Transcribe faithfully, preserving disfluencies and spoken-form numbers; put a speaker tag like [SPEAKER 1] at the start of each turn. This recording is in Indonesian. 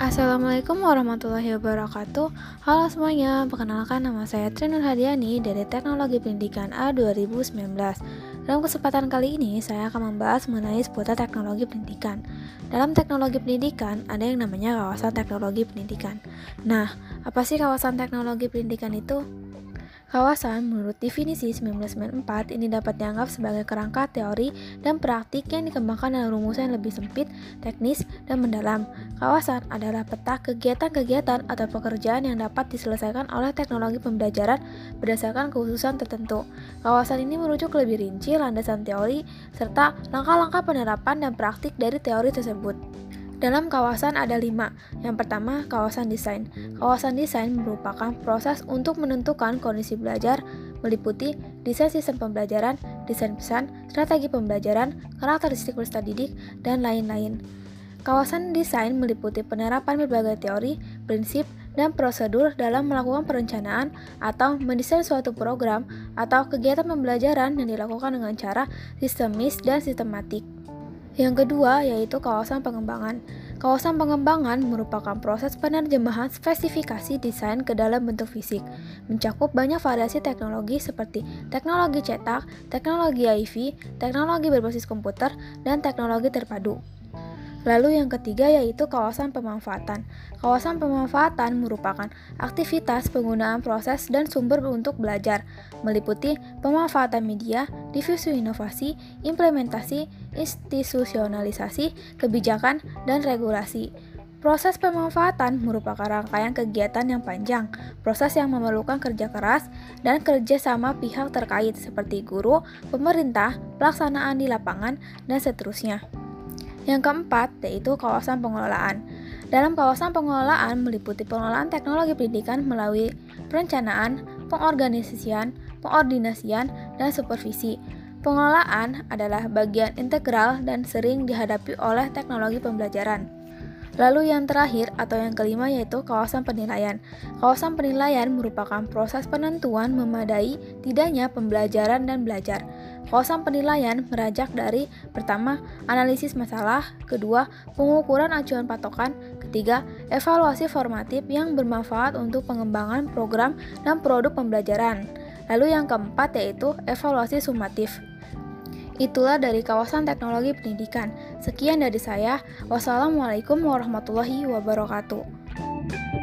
[SPEAKER 1] Assalamualaikum warahmatullahi wabarakatuh. Halo semuanya, perkenalkan nama saya Tri Nur Hadiani dari Teknologi Pendidikan A dua ribu sembilan belas. Dalam kesempatan kali ini, saya akan membahas mengenai seputar teknologi pendidikan. Dalam teknologi pendidikan, ada yang namanya kawasan teknologi pendidikan. Nah, apa sih kawasan teknologi pendidikan itu? Kawasan, menurut definisi seribu sembilan ratus sembilan puluh empat, ini dapat dianggap sebagai kerangka teori dan praktik yang dikembangkan dalam rumusan yang lebih sempit, teknis, dan mendalam. Kawasan adalah peta kegiatan-kegiatan atau pekerjaan yang dapat diselesaikan oleh teknologi pembelajaran berdasarkan kekhususan tertentu. Kawasan ini merujuk lebih rinci landasan teori, serta langkah-langkah penerapan dan praktik dari teori tersebut. Dalam kawasan ada lima. Yang pertama, kawasan desain. Kawasan desain merupakan proses untuk menentukan kondisi belajar, meliputi desain sistem pembelajaran, desain pesan, strategi pembelajaran, karakteristik peserta didik, dan lain-lain. Kawasan desain meliputi penerapan berbagai teori, prinsip, dan prosedur dalam melakukan perencanaan atau mendesain suatu program atau kegiatan pembelajaran yang dilakukan dengan cara sistemis dan sistematik. Yang kedua yaitu kawasan pengembangan. Kawasan pengembangan merupakan proses penerjemahan spesifikasi desain ke dalam bentuk fisik, mencakup banyak variasi teknologi seperti teknologi cetak, teknologi I V, teknologi berbasis komputer, dan teknologi terpadu. Lalu yang ketiga yaitu kawasan pemanfaatan. Kawasan pemanfaatan merupakan aktivitas penggunaan proses dan sumber untuk belajar, meliputi pemanfaatan media, difusi inovasi, implementasi, institusionalisasi, kebijakan, dan regulasi. Proses pemanfaatan merupakan rangkaian kegiatan yang panjang, proses yang memerlukan kerja keras dan kerja sama pihak terkait seperti guru, pemerintah, pelaksanaan di lapangan, dan seterusnya. Yang keempat, yaitu kawasan pengelolaan. Dalam kawasan pengelolaan meliputi pengelolaan teknologi pendidikan melalui perencanaan, pengorganisasian, pengordinasian, dan supervisi. Pengelolaan adalah bagian integral dan sering dihadapi oleh teknologi pembelajaran. Lalu yang terakhir atau yang kelima yaitu kawasan penilaian. Kawasan penilaian merupakan proses penentuan memadai tidaknya pembelajaran dan belajar. Kawasan penilaian merajak dari pertama, analisis masalah, kedua, pengukuran acuan patokan, ketiga, evaluasi formatif yang bermanfaat untuk pengembangan program dan produk pembelajaran. Lalu yang keempat yaitu evaluasi sumatif. Itulah dari kawasan teknologi pendidikan. Sekian dari saya. Wassalamualaikum warahmatullahi wabarakatuh.